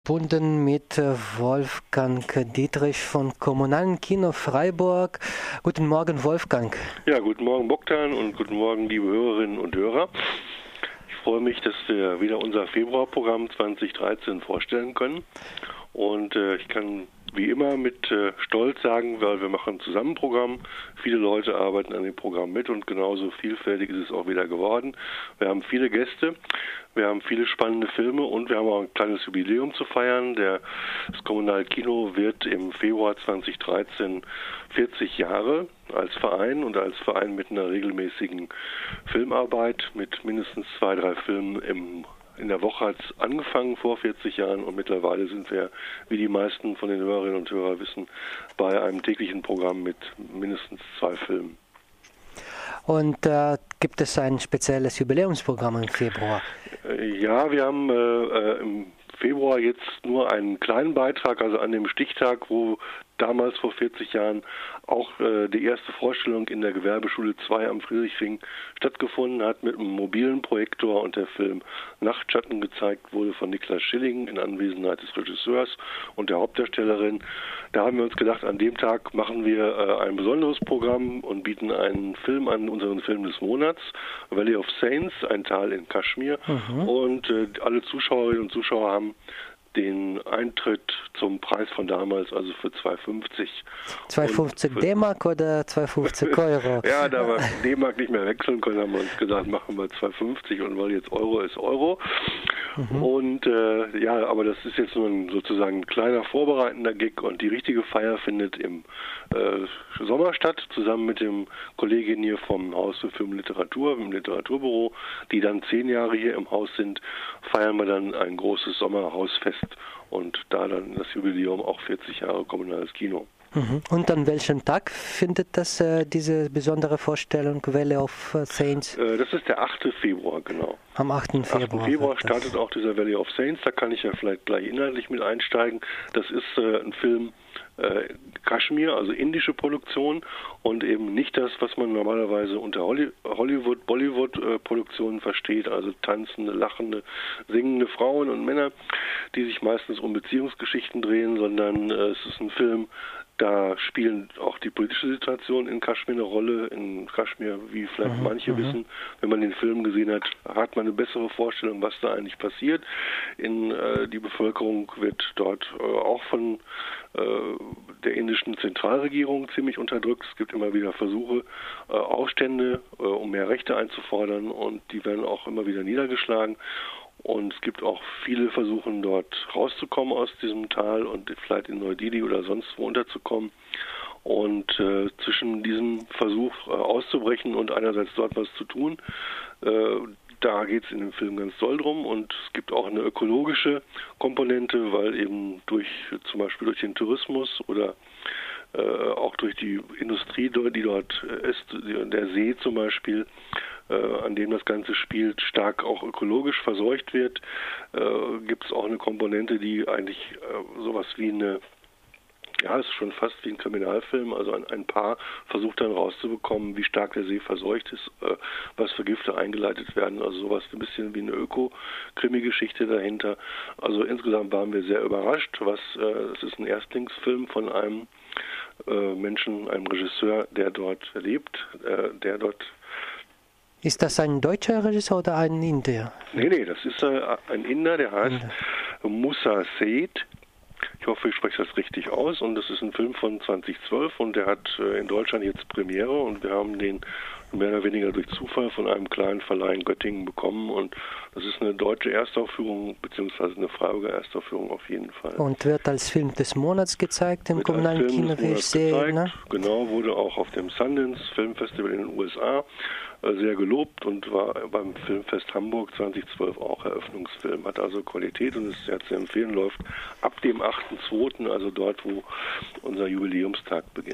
Verbunden mit Wolfgang Dietrich vom Kommunalen Kino Freiburg. Guten Morgen, Wolfgang. Ja, guten Morgen, Bogdan, und guten Morgen, liebe Hörerinnen und Hörer. Ich freue mich, dass wir wieder unser Februarprogramm 2013 vorstellen können. Und ich kann wie immer mit Stolz sagen, weil wir machen zusammen ein Programm. Viele Leute arbeiten an dem Programm mit und genauso vielfältig ist es auch wieder geworden. Wir haben viele Gäste, wir haben viele spannende Filme und wir haben auch ein kleines Jubiläum zu feiern. Das Kommunale Kino wird im Februar 2013 40 Jahre als Verein und als Verein mit einer regelmäßigen Filmarbeit mit mindestens 2, 3 Filmen in der Woche hat es angefangen vor 40 Jahren und mittlerweile sind wir, wie die meisten von den Hörerinnen und Hörern wissen, bei einem täglichen Programm mit mindestens 2 Filmen. Und gibt es ein spezielles Jubiläumsprogramm im Februar? Ja, wir haben im Februar jetzt nur einen kleinen Beitrag, also an dem Stichtag, wo damals vor 40 Jahren auch die erste Vorstellung in der Gewerbeschule 2 am Friedrichsring stattgefunden hat mit einem mobilen Projektor und der Film Nachtschatten gezeigt wurde von Niklas Schilling in Anwesenheit des Regisseurs und der Hauptdarstellerin. Da haben wir uns gedacht, an dem Tag machen wir ein besonderes Programm und bieten einen Film an, unseren Film des Monats, Valley of Saints, ein Tal in Kaschmir. Und alle Zuschauerinnen und Zuschauer haben den Eintritt zum Preis von damals, also für 2,50. 2,50 D-Mark oder 2,50 Euro? Ja, da wir D-Mark nicht mehr wechseln können, haben wir uns gesagt, machen wir 2,50 und weil jetzt Euro ist Euro. Und ja, aber das ist jetzt nur sozusagen ein kleiner vorbereitender Gig und die richtige Feier findet im Sommer statt, zusammen mit dem Kolleginnen hier vom Haus für Film und Literatur, im Literaturbüro, die dann 10 Jahre hier im Haus sind, feiern wir dann ein großes Sommerhausfest und da dann das Jubiläum auch 40 Jahre Kommunales Kino. Und an welchem Tag findet das diese besondere Vorstellung Valley of Saints? Das ist der 8. Februar, genau. Am 8. Februar. 8. Februar startet auch dieser Valley of Saints, da kann ich ja vielleicht gleich inhaltlich mit einsteigen. Das ist ein Film Kaschmir, also indische Produktion und eben nicht das, was man normalerweise unter Hollywood, Bollywood-Produktionen versteht, also tanzende, lachende, singende Frauen und Männer, die sich meistens um Beziehungsgeschichten drehen, sondern es ist ein Film, da spielen auch die politische Situation in Kaschmir eine Rolle. In Kaschmir, wie vielleicht manche wissen, wenn man den Film gesehen hat, hat man eine bessere Vorstellung, was da eigentlich passiert. Die Bevölkerung wird dort auch von der indischen Zentralregierung ziemlich unterdrückt. Es gibt immer wieder Versuche, Aufstände, um mehr Rechte einzufordern und die werden auch immer wieder niedergeschlagen. Und es gibt auch viele Versuche, dort rauszukommen aus diesem Tal und vielleicht in Neu-Delhi oder sonst wo unterzukommen. Und zwischen diesem Versuch auszubrechen und einerseits dort was zu tun, da geht es in dem Film ganz doll drum. Und es gibt auch eine ökologische Komponente, weil eben zum Beispiel durch den Tourismus oder auch durch die Industrie, die dort ist, der See zum Beispiel, an dem das Ganze spielt, stark auch ökologisch verseucht wird, gibt es auch eine Komponente, die eigentlich sowas wie es ist schon fast wie ein Kriminalfilm, also ein Paar versucht dann rauszubekommen, wie stark der See verseucht ist, was für Gifte eingeleitet werden, also sowas ein bisschen wie eine Öko-Krimi-Geschichte dahinter. Also insgesamt waren wir sehr überrascht, es ist ein Erstlingsfilm von einem Menschen, einem Regisseur, der dort lebt, Ist das ein deutscher Regisseur oder ein Inder? Nee, das ist ein Inder, der heißt Musa Seth. Ich hoffe, ich spreche das richtig aus. Und das ist ein Film von 2012 und der hat in Deutschland jetzt Premiere und wir haben den mehr oder weniger durch Zufall von einem kleinen Verleih in Göttingen bekommen und das ist eine deutsche Erstaufführung beziehungsweise eine Freiburger Erstaufführung auf jeden Fall. Und wird als Film des Monats gezeigt im Kommunalen Kino, wie ich sehe. Ne? Genau, wurde auch auf dem Sundance Filmfestival in den USA sehr gelobt und war beim Filmfest Hamburg 2012 auch Eröffnungsfilm, hat also Qualität und ist sehr zu empfehlen, läuft ab dem 8.2., also dort, wo unser Jubiläumstag beginnt.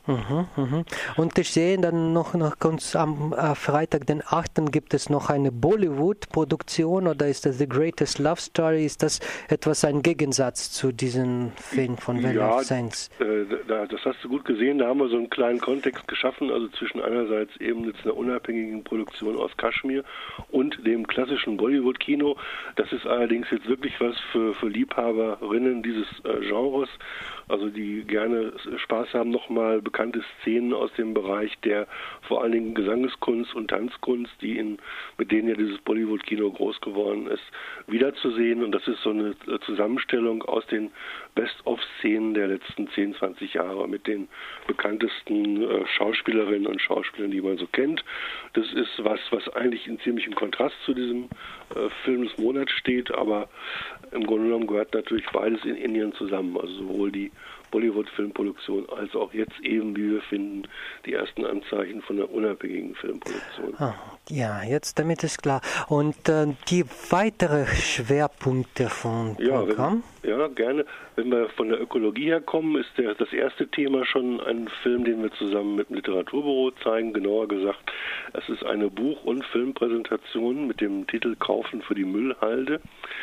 Und ich sehe dann noch ganz am Freitag, den 8. gibt es noch eine Bollywood-Produktion, oder ist das The Greatest Love Story? Ist das etwas ein Gegensatz zu diesem Film von Valley of Saints? Das hast du gut gesehen, da haben wir so einen kleinen Kontext geschaffen, also zwischen einerseits eben jetzt einer unabhängigen Produktion aus Kaschmir und dem klassischen Bollywood-Kino. Das ist allerdings jetzt wirklich was für Liebhaberinnen dieses Genres, also die gerne Spaß haben, nochmal bekannte Szenen aus dem Bereich der vor allen Dingen Gesangeskunst und Tanzkunst, mit denen ja dieses Bollywood-Kino groß geworden ist, wiederzusehen. Und das ist so eine Zusammenstellung aus den Best-of-Szenen der letzten 10, 20 Jahre mit den bekanntesten Schauspielerinnen und Schauspielern, die man so kennt. Das ist was eigentlich in ziemlichem Kontrast zu diesem Film des Monats steht, aber im Grunde genommen gehört natürlich beides in Indien zusammen, also sowohl die Bollywood-Filmproduktion als auch jetzt eben, wie wir finden, die ersten Anzeichen von einer unabhängigen Filmproduktion. Ja, jetzt damit ist klar. Und die weiteren Schwerpunkte von Programm? Ja, gerne. Wenn wir von der Ökologie her kommen, ist das erste Thema schon ein Film, den wir zusammen mit dem Literaturbüro zeigen. Genauer gesagt, es ist eine Buch- und Filmpräsentation mit dem Titel Kaufen für die Müllhalde.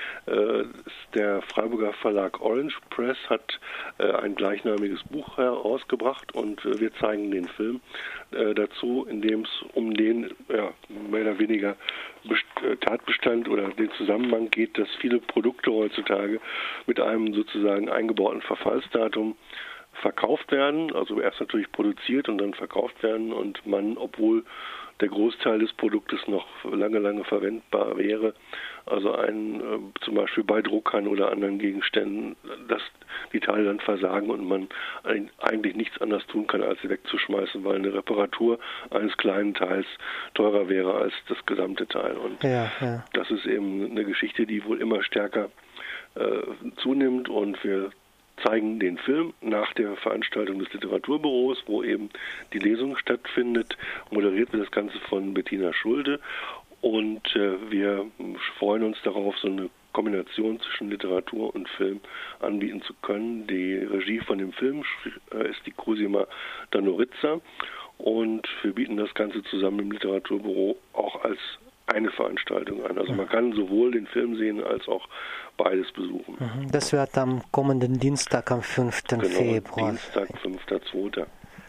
Der Freiburger Verlag Orange Press hat ein gleichnamiges Buch herausgebracht und wir zeigen den Film dazu, in dem es um den mehr oder weniger Tatbestand oder den Zusammenhang geht, dass viele Produkte heutzutage mit einem sozusagen eingebauten Verfallsdatum verkauft werden, also erst natürlich produziert und dann verkauft werden und man, obwohl der Großteil des Produktes noch lange verwendbar wäre, also zum Beispiel bei Druckern oder anderen Gegenständen, dass die Teile dann versagen und man eigentlich nichts anderes tun kann, als sie wegzuschmeißen, weil eine Reparatur eines kleinen Teils teurer wäre als das gesamte Teil. Und das ist eben eine Geschichte, die wohl immer stärker zunimmt, und wir zeigen den Film nach der Veranstaltung des Literaturbüros, wo eben die Lesung stattfindet. Moderiert wird das Ganze von Bettina Schulde, und wir freuen uns darauf, so eine Kombination zwischen Literatur und Film anbieten zu können. Die Regie von dem Film ist die Cosima Danorizza, und wir bieten das Ganze zusammen im Literaturbüro auch als eine Veranstaltung an. Also man kann sowohl den Film sehen als auch beides besuchen. Das wird am kommenden Dienstag, am 5. Februar. Dienstag, 5.2.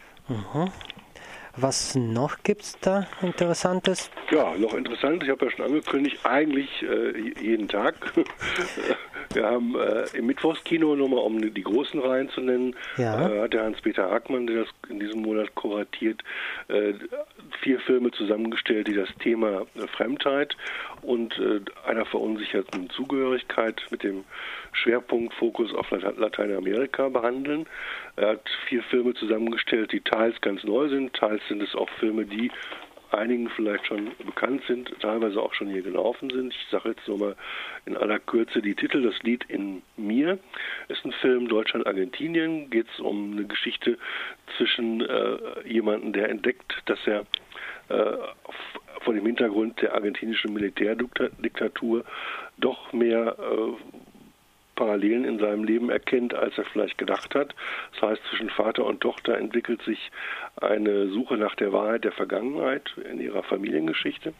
Was noch gibt es da Interessantes? Ja, noch interessant, ich habe ja schon angekündigt, eigentlich jeden Tag. Wir haben im Mittwochskino, nur mal um die großen Reihen zu nennen, hat der Hans-Peter Hackmann, der das in diesem Monat kuratiert, 4 Filme zusammengestellt, die das Thema Fremdheit und einer verunsicherten Zugehörigkeit mit dem Schwerpunktfokus auf Lateinamerika behandeln. Er hat 4 Filme zusammengestellt, die teils ganz neu sind, teils sind es auch Filme, die einigen vielleicht schon bekannt sind, teilweise auch schon hier gelaufen sind. Ich sage jetzt nochmal in aller Kürze die Titel. Das Lied in mir ist ein Film Deutschland-Argentinien. Geht es um eine Geschichte zwischen jemandem, der entdeckt, dass er vor dem Hintergrund der argentinischen Militärdiktatur doch mehr Parallelen in seinem Leben erkennt, als er vielleicht gedacht hat. Das heißt, zwischen Vater und Tochter entwickelt sich eine Suche nach der Wahrheit der Vergangenheit in ihrer Familiengeschichte.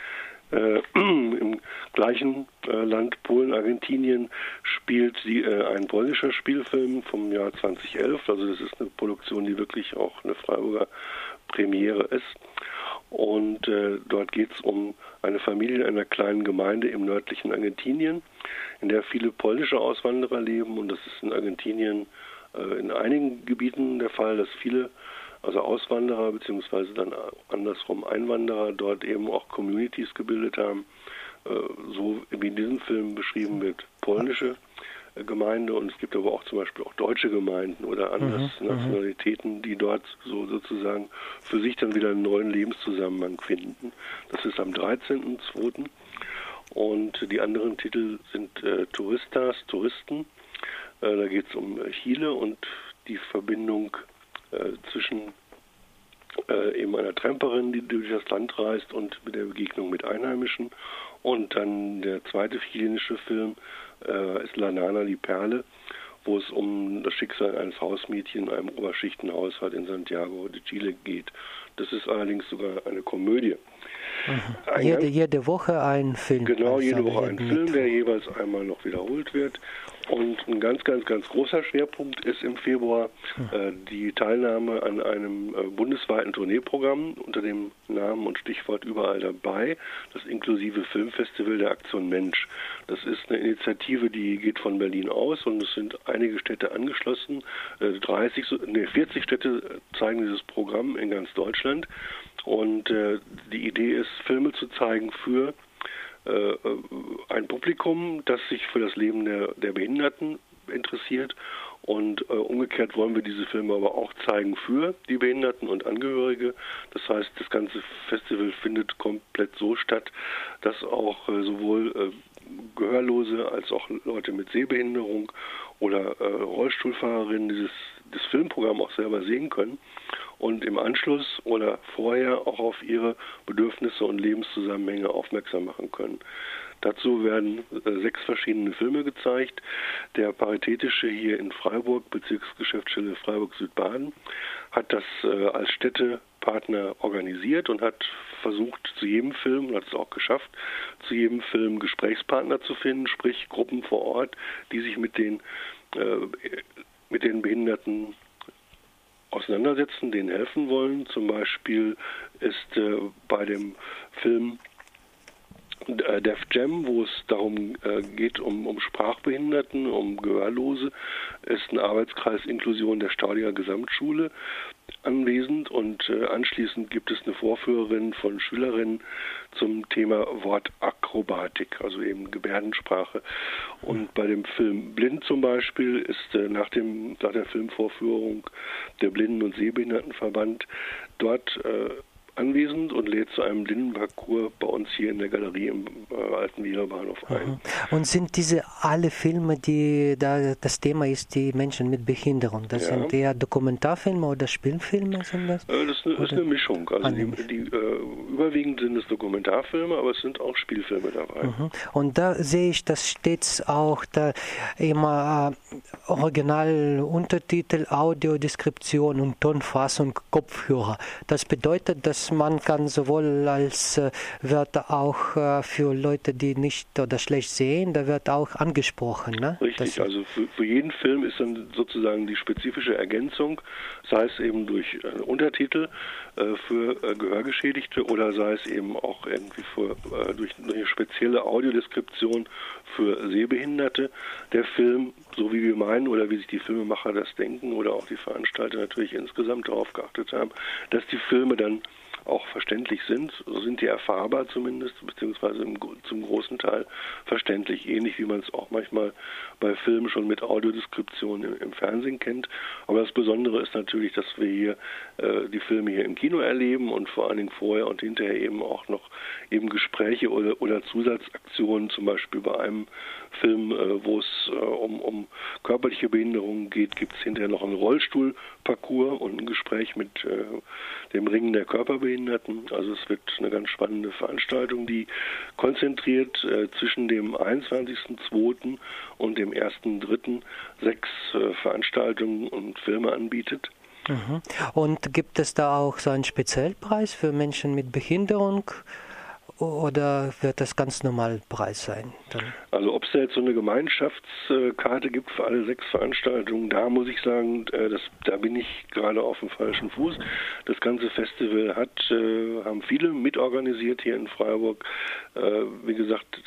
Im gleichen Land, Polen, Argentinien, spielt ein polnischer Spielfilm vom Jahr 2011. Also das ist eine Produktion, die wirklich auch eine Freiburger Premiere ist. Und dort geht es um eine Familie in einer kleinen Gemeinde im nördlichen Argentinien, in der viele polnische Auswanderer leben. Und das ist in Argentinien in einigen Gebieten der Fall, dass viele, also Auswanderer beziehungsweise dann andersrum Einwanderer, dort eben auch Communities gebildet haben, so wie in diesem Film beschrieben wird, polnische Gemeinde, und es gibt aber auch zum Beispiel auch deutsche Gemeinden oder andere Nationalitäten, die dort so sozusagen für sich dann wieder einen neuen Lebenszusammenhang finden. Das ist am 13.02. Und die anderen Titel sind Turistas, Touristen. Da geht es um Chile und die Verbindung zwischen eben einer Tramperin, die durch das Land reist, und mit der Begegnung mit Einheimischen. Und dann der zweite chilenische Film ist La Nana, die Perle, wo es um das Schicksal eines Hausmädchens in einem Oberschichtenhaushalt in Santiago de Chile geht. Das ist allerdings sogar eine Komödie. Jede Woche ein Film. Genau, jede Woche ein Film, der jeweils einmal noch wiederholt wird. Und ein ganz, ganz, ganz großer Schwerpunkt ist im Februar die Teilnahme an einem bundesweiten Tourneeprogramm unter dem Namen und Stichwort Überall dabei, das inklusive Filmfestival der Aktion Mensch. Das ist eine Initiative, die geht von Berlin aus und es sind einige Städte angeschlossen. 40 Städte zeigen dieses Programm in ganz Deutschland. Und die Idee ist, Filme zu zeigen für ein Publikum, das sich für das Leben der Behinderten interessiert. Und umgekehrt wollen wir diese Filme aber auch zeigen für die Behinderten und Angehörige. Das heißt, das ganze Festival findet komplett so statt, dass auch sowohl Gehörlose als auch Leute mit Sehbehinderung oder Rollstuhlfahrerinnen das Filmprogramm auch selber sehen können und im Anschluss oder vorher auch auf ihre Bedürfnisse und Lebenszusammenhänge aufmerksam machen können. Dazu werden 6 verschiedene Filme gezeigt. Der Paritätische hier in Freiburg, Bezirksgeschäftsstelle Freiburg-Südbaden, hat das als Städtepartner organisiert und hat versucht, zu jedem Film, und hat es auch geschafft, zu jedem Film Gesprächspartner zu finden, sprich Gruppen vor Ort, die sich mit den Behinderten auseinandersetzen, denen helfen wollen. Zum Beispiel ist bei dem Film Def Jam, wo es darum geht, um Sprachbehinderten, um Gehörlose, ist ein Arbeitskreis Inklusion der Staudinger Gesamtschule anwesend und anschließend gibt es eine Vorführerin von Schülerinnen zum Thema Wortakrobatik, also eben Gebärdensprache. Und bei dem Film Blind zum Beispiel ist nach der Filmvorführung der Blinden- und Sehbehindertenverband dort anwesend und lädt zu einem Blindenparcours bei uns hier in der Galerie im alten Wiener Bahnhof ein. Und sind diese alle Filme, die da das Thema ist, die Menschen mit Behinderung, das sind eher Dokumentarfilme oder Spielfilme? Sind das? Das ist eine Mischung. Also überwiegend sind es Dokumentarfilme, aber es sind auch Spielfilme dabei. Und da sehe ich, dass stets auch da immer Originaluntertitel, Audiodeskription und Tonfassung, Kopfhörer. Das bedeutet, dass man kann sowohl als wird auch für Leute, die nicht oder schlecht sehen, da wird auch angesprochen. Ne? Richtig, also für jeden Film ist dann sozusagen die spezifische Ergänzung, sei es eben durch Untertitel für Gehörgeschädigte oder sei es eben auch irgendwie durch eine spezielle Audiodeskription für Sehbehinderte. Der Film, so wie wir meinen oder wie sich die Filmemacher das denken oder auch die Veranstalter natürlich insgesamt darauf geachtet haben, dass die Filme dann auch verständlich sind, so sind die erfahrbar zumindest, beziehungsweise zum großen Teil verständlich, ähnlich wie man es auch manchmal bei Filmen schon mit Audiodeskription im Fernsehen kennt. Aber das Besondere ist natürlich, dass wir hier die Filme hier im Kino erleben und vor allen Dingen vorher und hinterher eben auch noch eben Gespräche oder Zusatzaktionen, zum Beispiel bei einem Film, wo es um körperliche Behinderungen geht, gibt es hinterher noch einen Rollstuhlparcours und ein Gespräch mit dem Ringen der Körperbehinderten. Also es wird eine ganz spannende Veranstaltung, die konzentriert zwischen dem 21.02. und dem 1.03. 6 Veranstaltungen und Filme anbietet. Und gibt es da auch so einen Spezialpreis für Menschen mit Behinderung? Oder wird das ganz normal Preis sein? Dann? Also ob es da jetzt so eine Gemeinschaftskarte gibt für alle 6 Veranstaltungen, da muss ich sagen, da bin ich gerade auf dem falschen Fuß. Das ganze Festival haben viele mitorganisiert hier in Freiburg. Wie gesagt,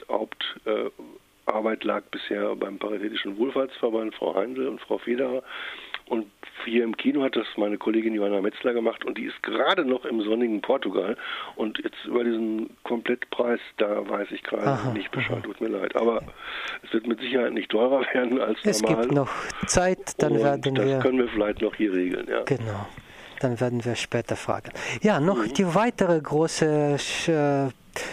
Hauptarbeit lag bisher beim Paritätischen Wohlfahrtsverband, Frau Heindl und Frau Federer. Und hier im Kino hat das meine Kollegin Johanna Metzler gemacht und die ist gerade noch im sonnigen Portugal. Und jetzt über diesen Komplettpreis, da weiß ich gerade nicht Bescheid, tut mir leid. Aber es wird mit Sicherheit nicht teurer werden als es normal. Es gibt noch Zeit, dann werden wir... Das können wir vielleicht noch hier regeln, ja. Genau, dann werden wir später fragen. Ja, noch die weitere große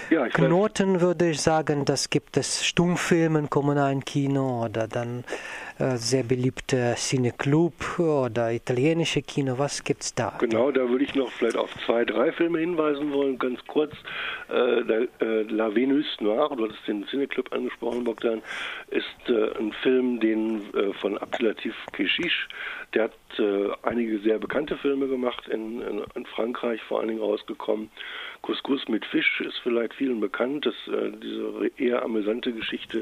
Knoten, würde ich sagen, das gibt es Stummfilmen, kommunalen Kino oder dann sehr beliebte Cineclub oder italienische Kino. Was gibt's da? Genau, da würde ich noch vielleicht auf 2, 3 Filme hinweisen wollen, ganz kurz. La Venus Noire, du hattest den Cineclub angesprochen, Bogdan, ist ein Film, den von Abdelatif Kechiche, der hat einige sehr bekannte Filme gemacht, in Frankreich vor allen Dingen rausgekommen. Couscous mit Fisch ist vielleicht vielen bekannt, das diese eher amüsante Geschichte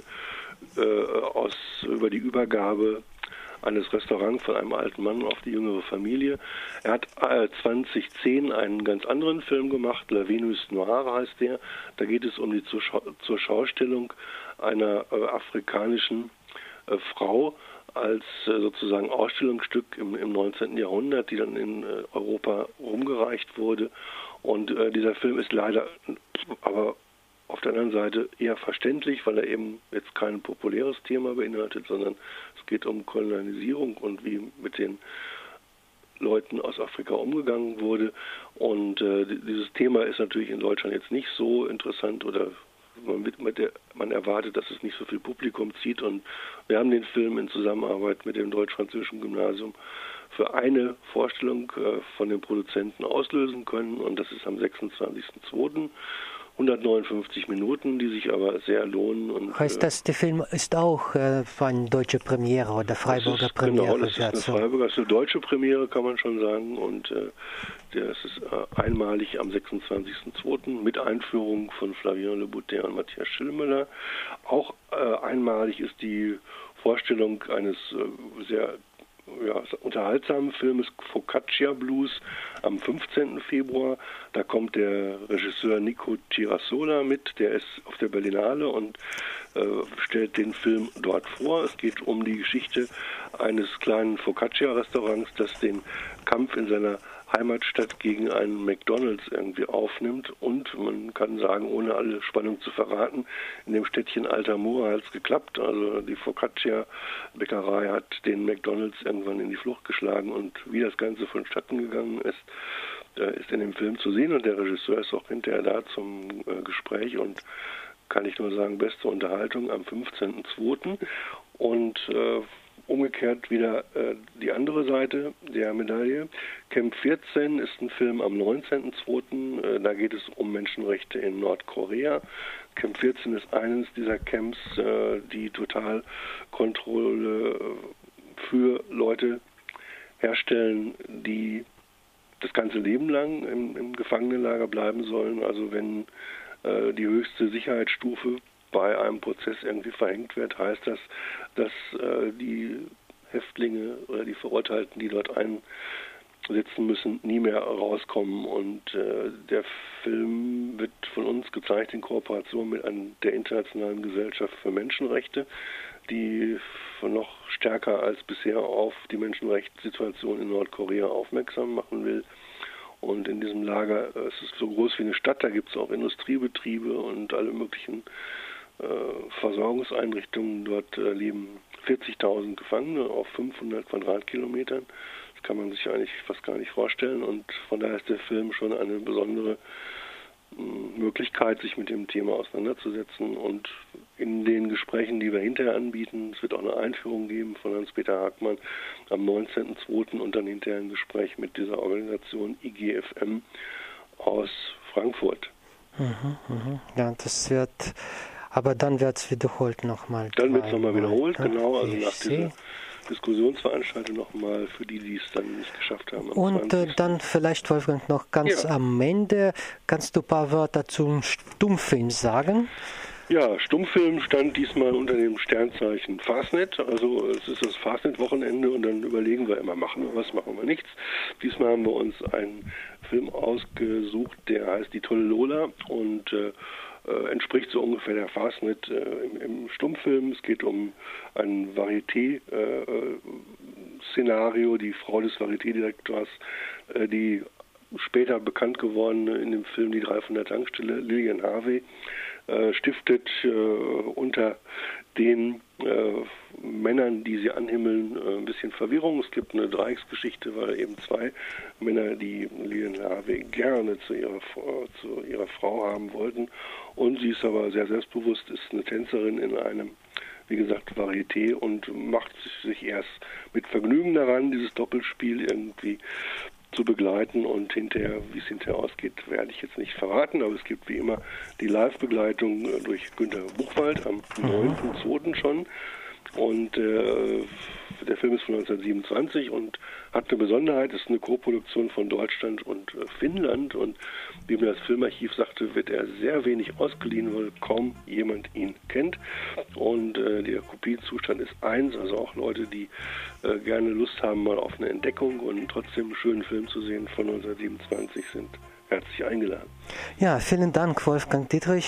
über die Übergabe eines Restaurants von einem alten Mann auf die jüngere Familie. Er hat 2010 einen ganz anderen Film gemacht, La Venus Noire heißt der. Da geht es um die zur Schaustellung einer afrikanischen Frau als sozusagen Ausstellungsstück im 19. Jahrhundert, die dann in Europa rumgereicht wurde. Und dieser Film ist leider aber auf der anderen Seite eher verständlich, weil er eben jetzt kein populäres Thema beinhaltet, sondern es geht um Kolonialisierung und wie mit den Leuten aus Afrika umgegangen wurde. Und dieses Thema ist natürlich in Deutschland jetzt nicht so interessant oder man erwartet, dass es nicht so viel Publikum zieht. Und wir haben den Film in Zusammenarbeit mit dem Deutsch-Französischen Gymnasium für eine Vorstellung von den Produzenten auslösen können. Und das ist am 26.02. 159 Minuten, die sich aber sehr lohnen. Und, heißt das, der Film ist auch eine deutsche Premiere oder Freiburger Premiere? Genau, das ist eine Freiburger, das ist eine deutsche Premiere, kann man schon sagen. Und das ist einmalig am 26.02. mit Einführung von Flavien Le Boutet und Matthias Schillmüller. Auch einmalig ist die Vorstellung eines sehr unterhaltsamen Film ist Focaccia Blues am 15. Februar. Da kommt der Regisseur Nico Girassola mit, der ist auf der Berlinale und stellt den Film dort vor. Es geht um die Geschichte eines kleinen Focaccia-Restaurants, das den Kampf in seiner Heimatstadt gegen einen McDonald's irgendwie aufnimmt und man kann sagen, ohne alle Spannung zu verraten, in dem Städtchen Altamura hat es geklappt. Also die Focaccia-Bäckerei hat den McDonald's irgendwann in die Flucht geschlagen und wie das Ganze vonstatten gegangen ist in dem Film zu sehen und der Regisseur ist auch hinterher da zum Gespräch und kann ich nur sagen, beste Unterhaltung am 15.02. und umgekehrt wieder die andere Seite der Medaille. Camp 14 ist ein Film am 19.02. Da geht es um Menschenrechte in Nordkorea. Camp 14 ist eines dieser Camps, die Totalkontrolle für Leute herstellen, die das ganze Leben lang im Gefangenenlager bleiben sollen. Also wenn die höchste Sicherheitsstufe bei einem Prozess irgendwie verhängt wird, heißt das, dass die Häftlinge oder die Verurteilten, die dort einsitzen müssen, nie mehr rauskommen. Und der Film wird von uns gezeigt in Kooperation mit der Internationalen Gesellschaft für Menschenrechte, die noch stärker als bisher auf die Menschenrechtssituation in Nordkorea aufmerksam machen will. Und in diesem Lager, es ist so groß wie eine Stadt, da gibt es auch Industriebetriebe und alle möglichen Versorgungseinrichtungen. Dort leben 40.000 Gefangene auf 500 Quadratkilometern. Das kann man sich eigentlich fast gar nicht vorstellen. Und von daher ist der Film schon eine besondere Möglichkeit, sich mit dem Thema auseinanderzusetzen. Und in den Gesprächen, die wir hinterher anbieten, es wird auch eine Einführung geben von Hans-Peter Hagmann am 19.02. und dann hinterher ein Gespräch mit dieser Organisation IGFM aus Frankfurt. Ja, das wird... Aber dann wird es wiederholt nochmal. Dann wird es nochmal wiederholt, genau. Also nach dieser Diskussionsveranstaltung nochmal für die, die es dann nicht geschafft haben. Und dann vielleicht, Wolfgang, noch ganz am Ende, kannst du ein paar Wörter zum Stummfilm sagen? Ja, Stummfilm stand diesmal unter dem Sternzeichen Fastnet. Also es ist das Fastnet-Wochenende und dann überlegen wir immer, machen wir was, machen wir nichts. Diesmal haben wir uns einen Film ausgesucht, der heißt Die tolle Lola und entspricht so ungefähr der Fastnet im Stummfilm. Es geht um ein Varieté-Szenario. Die Frau des Varieté-Direktors, die später bekannt geworden in dem Film Die drei von der Tankstelle, Lilian Harvey, stiftet unter den Männern, die sie anhimmeln, ein bisschen Verwirrung. Es gibt eine Dreiecksgeschichte, weil eben zwei Männer, die Lilian Harvey gerne zu ihrer Frau haben wollten. Und sie ist aber sehr selbstbewusst, ist eine Tänzerin in einem wie gesagt, Varieté und macht sich erst mit Vergnügen daran, dieses Doppelspiel irgendwie zu begleiten, und hinterher, wie es hinterher ausgeht, werde ich jetzt nicht verraten, aber es gibt wie immer die Live-Begleitung durch Günter Buchwald am 9.2. schon, und der Film ist von 1927 und hat eine Besonderheit, es ist eine Koproduktion von Deutschland und Finnland, und wie mir das Filmarchiv sagte, wird er sehr wenig ausgeliehen, weil kaum jemand ihn kennt, und der Kopiezustand ist 1, also auch Leute, die gerne Lust haben mal auf eine Entdeckung und trotzdem einen schönen Film zu sehen von 1927, sind herzlich eingeladen. Ja, vielen Dank, Wolfgang Dietrich.